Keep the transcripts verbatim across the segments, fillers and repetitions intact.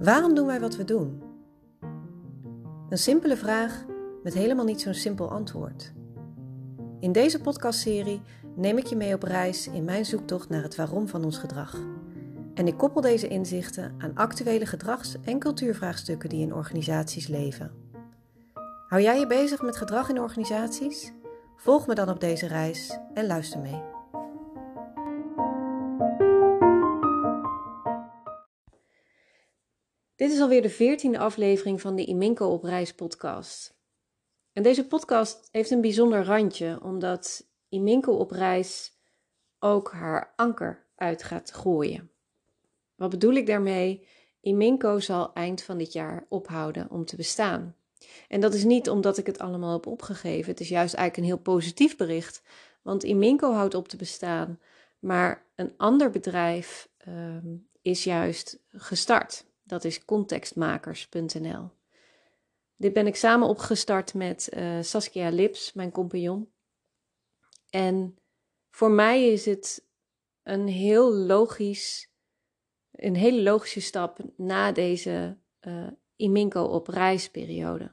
Waarom doen wij wat we doen? Een simpele vraag met helemaal niet zo'n simpel antwoord. In deze podcastserie neem ik je mee op reis in mijn zoektocht naar het waarom van ons gedrag. En ik koppel deze inzichten aan actuele gedrags- en cultuurvraagstukken die in organisaties leven. Hou jij je bezig met gedrag in organisaties? Volg me dan op deze reis en luister mee. Dit is alweer de veertiende aflevering van de Iminco op Reis podcast. En deze podcast heeft een bijzonder randje, omdat Iminco op Reis ook haar anker uit gaat gooien. Wat bedoel ik daarmee? Iminco zal eind van dit jaar ophouden om te bestaan. En dat is niet omdat ik het allemaal heb opgegeven. Het is juist eigenlijk een heel positief bericht. Want Iminco houdt op te bestaan. Maar een ander bedrijf um, is juist gestart. Dat is contextmakers punt n l. Dit ben ik samen opgestart met uh, Saskia Lips, mijn compagnon. En voor mij is het een heel logisch, een hele logische stap na deze uh, Iminco op reisperiode.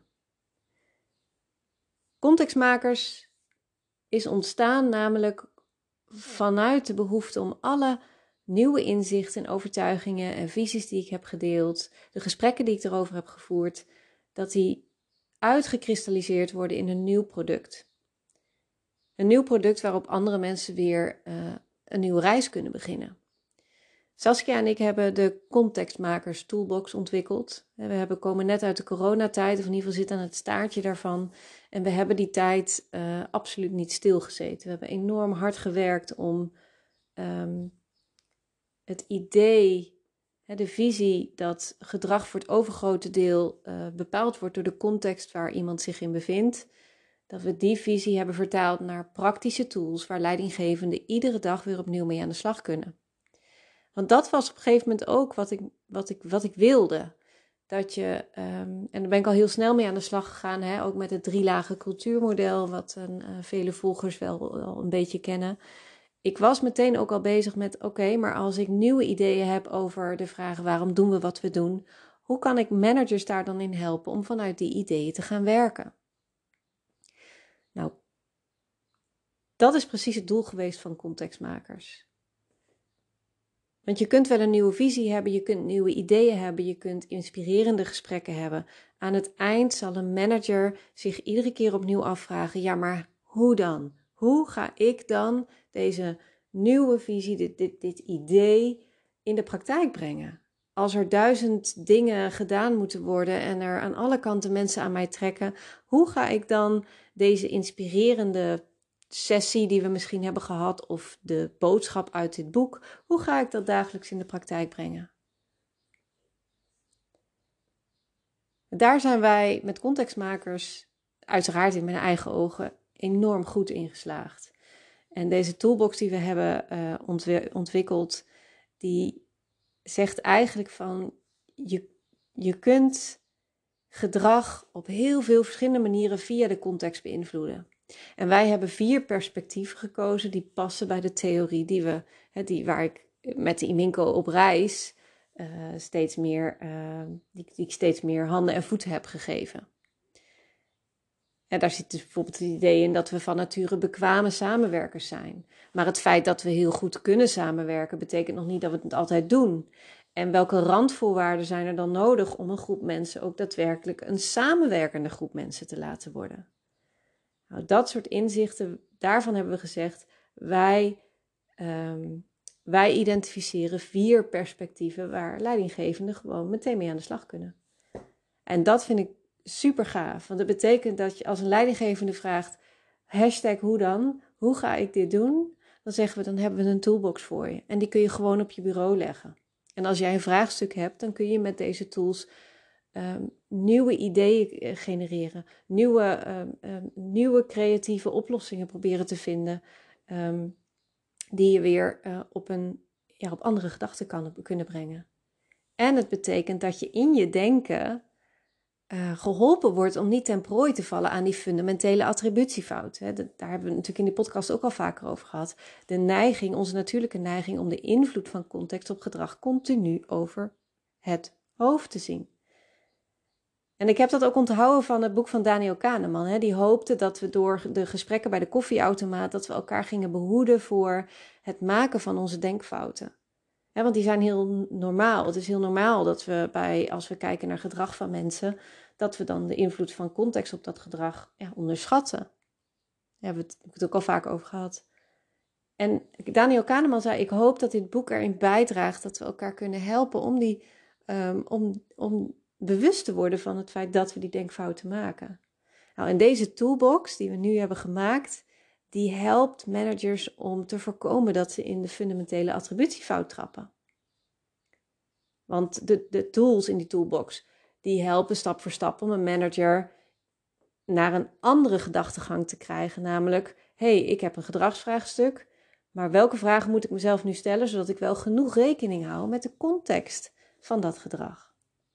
Contextmakers is ontstaan namelijk vanuit de behoefte om alle nieuwe inzichten en overtuigingen en visies die ik heb gedeeld, de gesprekken die ik erover heb gevoerd, dat die uitgekristalliseerd worden in een nieuw product. Een nieuw product waarop andere mensen weer uh, een nieuwe reis kunnen beginnen. Saskia en ik hebben de Contextmakers Toolbox ontwikkeld. We hebben komen net uit de coronatijd, of in ieder geval zitten aan het staartje daarvan. En we hebben die tijd uh, absoluut niet stilgezeten. We hebben enorm hard gewerkt om um, het idee, hè, de visie dat gedrag voor het overgrote deel uh, bepaald wordt door de context waar iemand zich in bevindt. Dat we die visie hebben vertaald naar praktische tools waar leidinggevenden iedere dag weer opnieuw mee aan de slag kunnen. Want dat was op een gegeven moment ook wat ik, wat ik, wat ik wilde. Dat je, um, en daar ben ik al heel snel mee aan de slag gegaan, hè, ook met het drielagen cultuurmodel, wat een, uh, vele volgers wel al een beetje kennen. Ik was meteen ook al bezig met, oké, okay, maar als ik nieuwe ideeën heb over de vraag waarom doen we wat we doen, hoe kan ik managers daar dan in helpen om vanuit die ideeën te gaan werken? Nou, dat is precies het doel geweest van contextmakers. Want je kunt wel een nieuwe visie hebben, je kunt nieuwe ideeën hebben, je kunt inspirerende gesprekken hebben. Aan het eind zal een manager zich iedere keer opnieuw afvragen, ja, maar hoe dan? Hoe ga ik dan deze nieuwe visie, dit, dit, dit idee in de praktijk brengen? Als er duizend dingen gedaan moeten worden en er aan alle kanten mensen aan mij trekken, hoe ga ik dan deze inspirerende sessie die we misschien hebben gehad of de boodschap uit dit boek, hoe ga ik dat dagelijks in de praktijk brengen? Daar zijn wij met contextmakers, uiteraard in mijn eigen ogen, enorm goed in geslaagd. En deze toolbox die we hebben uh, ontw- ontwikkeld, die zegt eigenlijk van, je, je kunt gedrag op heel veel verschillende manieren via de context beïnvloeden. En wij hebben vier perspectieven gekozen die passen bij de theorie die we, hè, die waar ik met de Iminco op reis uh, steeds meer, uh, die, die ik steeds meer handen en voeten heb gegeven. En daar zit dus bijvoorbeeld het idee in dat we van nature bekwame samenwerkers zijn. Maar het feit dat we heel goed kunnen samenwerken betekent nog niet dat we het altijd doen. En welke randvoorwaarden zijn er dan nodig om een groep mensen ook daadwerkelijk een samenwerkende groep mensen te laten worden? Nou, dat soort inzichten, daarvan hebben we gezegd, wij, um, wij identificeren vier perspectieven waar leidinggevenden gewoon meteen mee aan de slag kunnen. En dat vind ik super gaaf, want dat betekent dat je als een leidinggevende vraagt, hashtag hoe dan, hoe ga ik dit doen? Dan zeggen we, dan hebben we een toolbox voor je. En die kun je gewoon op je bureau leggen. En als jij een vraagstuk hebt, dan kun je met deze tools Um, nieuwe ideeën genereren, nieuwe, um, um, nieuwe creatieve oplossingen proberen te vinden, um, die je weer uh, op, een, ja, op andere gedachten kan kunnen brengen. En het betekent dat je in je denken uh, geholpen wordt om niet ten prooi te vallen aan die fundamentele attributiefout. Hè. De, daar hebben we natuurlijk in die podcast ook al vaker over gehad. De neiging, onze natuurlijke neiging om de invloed van context op gedrag continu over het hoofd te zien. En ik heb dat ook onthouden van het boek van Daniel Kahneman. Hè? Die hoopte dat we door de gesprekken bij de koffieautomaat, dat we elkaar gingen behoeden voor het maken van onze denkfouten. Hè, want die zijn heel normaal. Het is heel normaal dat we bij, als we kijken naar gedrag van mensen, dat we dan de invloed van context op dat gedrag ja, onderschatten. Daar hebben we het, ik het ook al vaak over gehad. En Daniel Kahneman zei, ik hoop dat dit boek erin bijdraagt dat we elkaar kunnen helpen om, die, um, om, om bewust te worden van het feit dat we die denkfouten maken. Nou, en deze toolbox die we nu hebben gemaakt, die helpt managers om te voorkomen dat ze in de fundamentele attributiefout trappen. Want de, de tools in die toolbox, die helpen stap voor stap om een manager naar een andere gedachtegang te krijgen. Namelijk, hé, hey, ik heb een gedragsvraagstuk, maar welke vragen moet ik mezelf nu stellen, zodat ik wel genoeg rekening hou met de context van dat gedrag.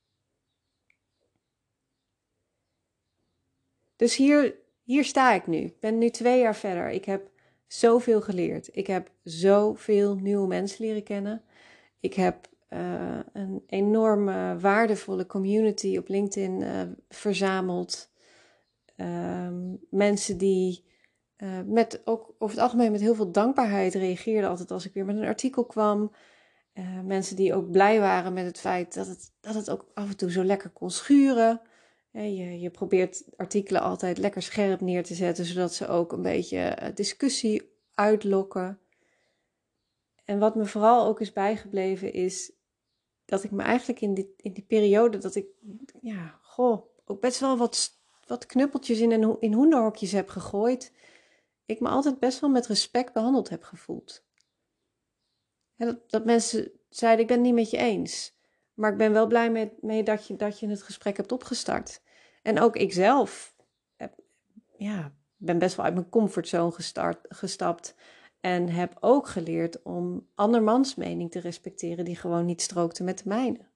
Dus hier, hier sta ik nu. Ik ben nu twee jaar verder. Ik heb zoveel geleerd. Ik heb zoveel nieuwe mensen leren kennen. Ik heb uh, een enorme waardevolle community op LinkedIn uh, verzameld. Uh, mensen die uh, met ook over het algemeen met heel veel dankbaarheid reageerden altijd als ik weer met een artikel kwam. Uh, mensen die ook blij waren met het feit dat het, dat het ook af en toe zo lekker kon schuren. Je, je probeert artikelen altijd lekker scherp neer te zetten, zodat ze ook een beetje discussie uitlokken. En wat me vooral ook is bijgebleven is dat ik me eigenlijk in die, in die periode dat ik, ja, goh, ook best wel wat, wat knuppeltjes in, een, in hoenderhokjes heb gegooid. Ik me altijd best wel met respect behandeld heb gevoeld. En dat, dat mensen zeiden, ik ben het niet met je eens. Maar ik ben wel blij met, mee dat je, dat je het gesprek hebt opgestart. En ook ikzelf heb, ja, ben best wel uit mijn comfortzone gestart, gestapt. En heb ook geleerd om andermans mening te respecteren die gewoon niet strookte met de mijne.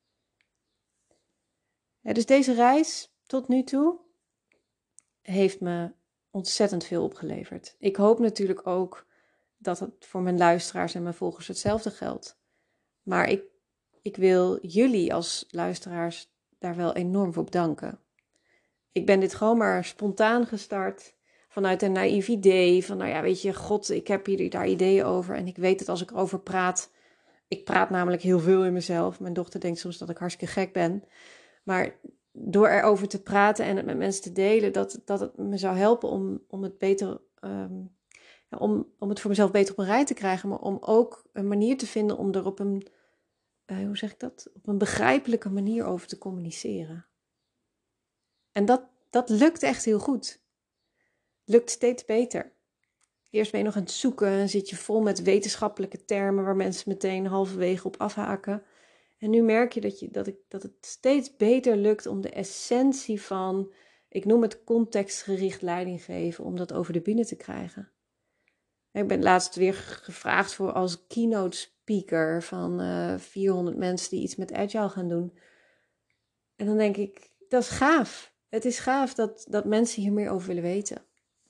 Ja, dus deze reis tot nu toe heeft me ontzettend veel opgeleverd. Ik hoop natuurlijk ook dat het voor mijn luisteraars en mijn volgers hetzelfde geldt. Maar ik, ik wil jullie als luisteraars daar wel enorm voor bedanken. Ik ben dit gewoon maar spontaan gestart. Vanuit een naïef idee. Van nou ja, weet je, god, ik heb hier daar ideeën over. En ik weet dat als ik erover praat. Ik praat namelijk heel veel in mezelf. Mijn dochter denkt soms dat ik hartstikke gek ben. Maar door erover te praten en het met mensen te delen. Dat, dat het me zou helpen om, om het beter... Um, ja, om, om het voor mezelf beter op een rij te krijgen. Maar om ook een manier te vinden om er op een... Uh, hoe zeg ik dat? Op een begrijpelijke manier over te communiceren. En dat, dat lukt echt heel goed. Lukt steeds beter. Eerst ben je nog aan het zoeken en zit je vol met wetenschappelijke termen waar mensen meteen halverwege op afhaken. En nu merk je dat, je, dat, ik, dat het steeds beter lukt om de essentie van, ik noem het contextgericht leiding geven, om dat over de bühne te krijgen. Ik ben laatst weer gevraagd voor als keynote speaker van uh, vierhonderd mensen die iets met agile gaan doen. En dan denk ik, dat is gaaf. Het is gaaf dat, dat mensen hier meer over willen weten.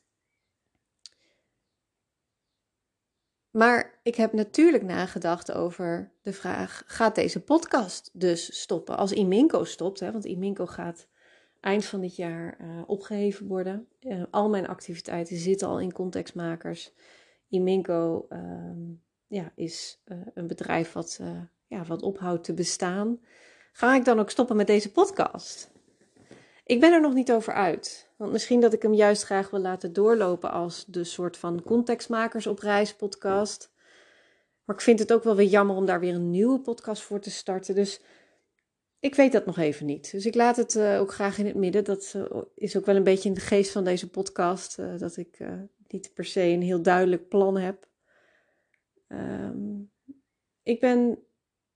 Maar ik heb natuurlijk nagedacht over de vraag, gaat deze podcast dus stoppen? Als Iminco stopt, hè, want Iminco gaat eind van dit jaar uh, opgeheven worden. Uh, al mijn activiteiten zitten al in Contextmakers. Iminco uh, ja, is uh, een bedrijf wat, uh, ja, wat ophoudt te bestaan. Ga ik dan ook stoppen met deze podcast? Ik ben er nog niet over uit. Want misschien dat ik hem juist graag wil laten doorlopen als de soort van Contextmakers op reis podcast. Maar ik vind het ook wel weer jammer om daar weer een nieuwe podcast voor te starten. Dus ik weet dat nog even niet. Dus ik laat het uh, ook graag in het midden. Dat uh, is ook wel een beetje in de geest van deze podcast. Uh, dat ik uh, niet per se een heel duidelijk plan heb. Um, ik ben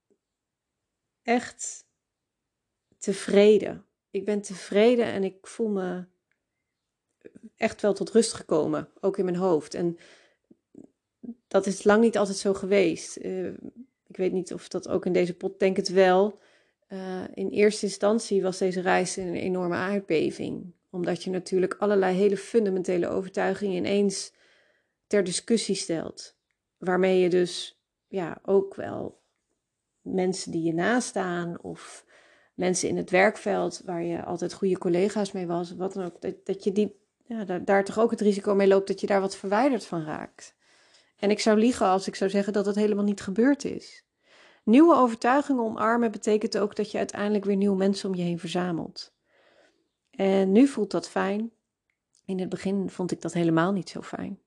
echt tevreden. Ik ben tevreden en ik voel me echt wel tot rust gekomen, ook in mijn hoofd. En dat is lang niet altijd zo geweest. Uh, ik weet niet of dat ook in deze pot, denk het wel. Uh, in eerste instantie was deze reis een enorme aardbeving. Omdat je natuurlijk allerlei hele fundamentele overtuigingen ineens ter discussie stelt. Waarmee je dus ja, ook wel mensen die je nastaan of mensen in het werkveld waar je altijd goede collega's mee was, wat dan ook, dat, dat je die, ja, daar, daar toch ook het risico mee loopt dat je daar wat verwijderd van raakt. En ik zou liegen als ik zou zeggen dat het helemaal niet gebeurd is. Nieuwe overtuigingen omarmen betekent ook dat je uiteindelijk weer nieuwe mensen om je heen verzamelt. En nu voelt dat fijn. In het begin vond ik dat helemaal niet zo fijn.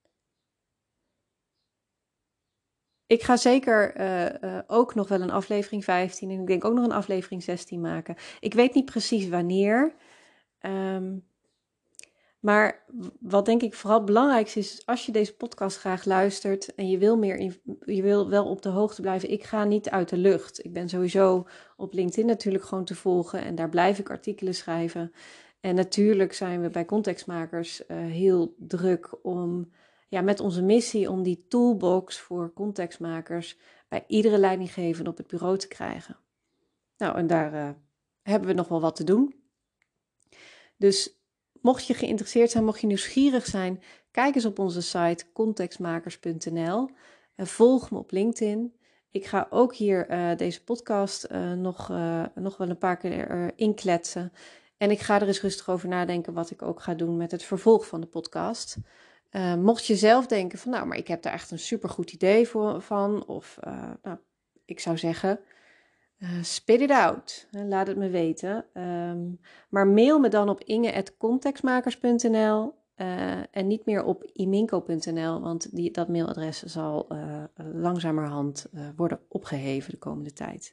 Ik ga zeker uh, uh, ook nog wel een aflevering vijftien en ik denk ook nog een aflevering zestien maken. Ik weet niet precies wanneer. Um, maar wat denk ik vooral het belangrijkste is, als je deze podcast graag luistert en je wil, meer in, je wil wel op de hoogte blijven. Ik ga niet uit de lucht. Ik ben sowieso op LinkedIn natuurlijk gewoon te volgen en daar blijf ik artikelen schrijven. En natuurlijk zijn we bij Contextmakers uh, heel druk om, ja, met onze missie om die toolbox voor contextmakers bij iedere leidinggevende op het bureau te krijgen. Nou, en daar uh, hebben we nog wel wat te doen. Dus mocht je geïnteresseerd zijn, mocht je nieuwsgierig zijn, kijk eens op onze site contextmakers punt n l en volg me op LinkedIn. Ik ga ook hier uh, deze podcast uh, nog, uh, nog wel een paar keer uh, inkletsen. En ik ga er eens rustig over nadenken wat ik ook ga doen met het vervolg van de podcast. Uh, mocht je zelf denken van nou, maar ik heb daar echt een supergoed idee voor, van. Of uh, nou, ik zou zeggen, uh, spit it out. Uh, laat het me weten. Um, maar mail me dan op inge at contextmakers punt n l uh, en niet meer op iminco punt n l. Want die, dat mailadres zal uh, langzamerhand uh, worden opgeheven de komende tijd.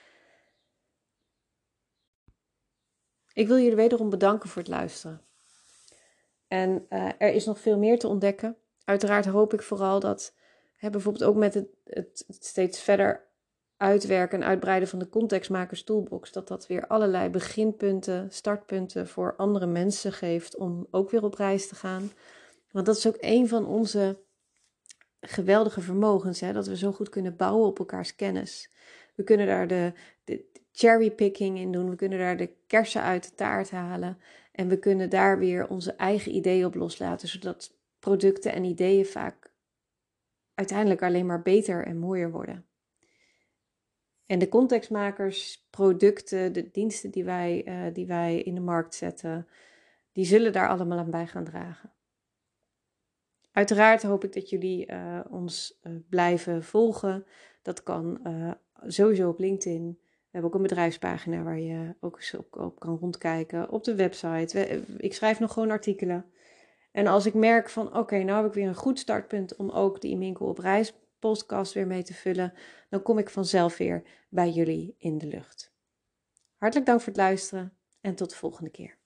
Ik wil jullie wederom bedanken voor het luisteren. En uh, er is nog veel meer te ontdekken. Uiteraard hoop ik vooral dat, hè, bijvoorbeeld ook met het, het, het steeds verder uitwerken en uitbreiden van de Contextmakers Toolbox, dat dat weer allerlei beginpunten, startpunten voor andere mensen geeft om ook weer op reis te gaan. Want dat is ook een van onze geweldige vermogens, hè, dat we zo goed kunnen bouwen op elkaars kennis. We kunnen daar de, de cherrypicking in doen, we kunnen daar de kersen uit de taart halen en we kunnen daar weer onze eigen ideeën op loslaten, zodat producten en ideeën vaak uiteindelijk alleen maar beter en mooier worden. En de contextmakers, producten, de diensten die wij, uh, die wij in de markt zetten, die zullen daar allemaal aan bij gaan dragen. Uiteraard hoop ik dat jullie uh, ons uh, blijven volgen. Dat kan uh, sowieso op LinkedIn. We hebben ook een bedrijfspagina waar je ook eens op, op kan rondkijken. Op de website. We, ik schrijf nog gewoon artikelen. En als ik merk van oké, okay, nou heb ik weer een goed startpunt om ook de Iminco op reis podcast weer mee te vullen, dan kom ik vanzelf weer bij jullie in de lucht. Hartelijk dank voor het luisteren en tot de volgende keer.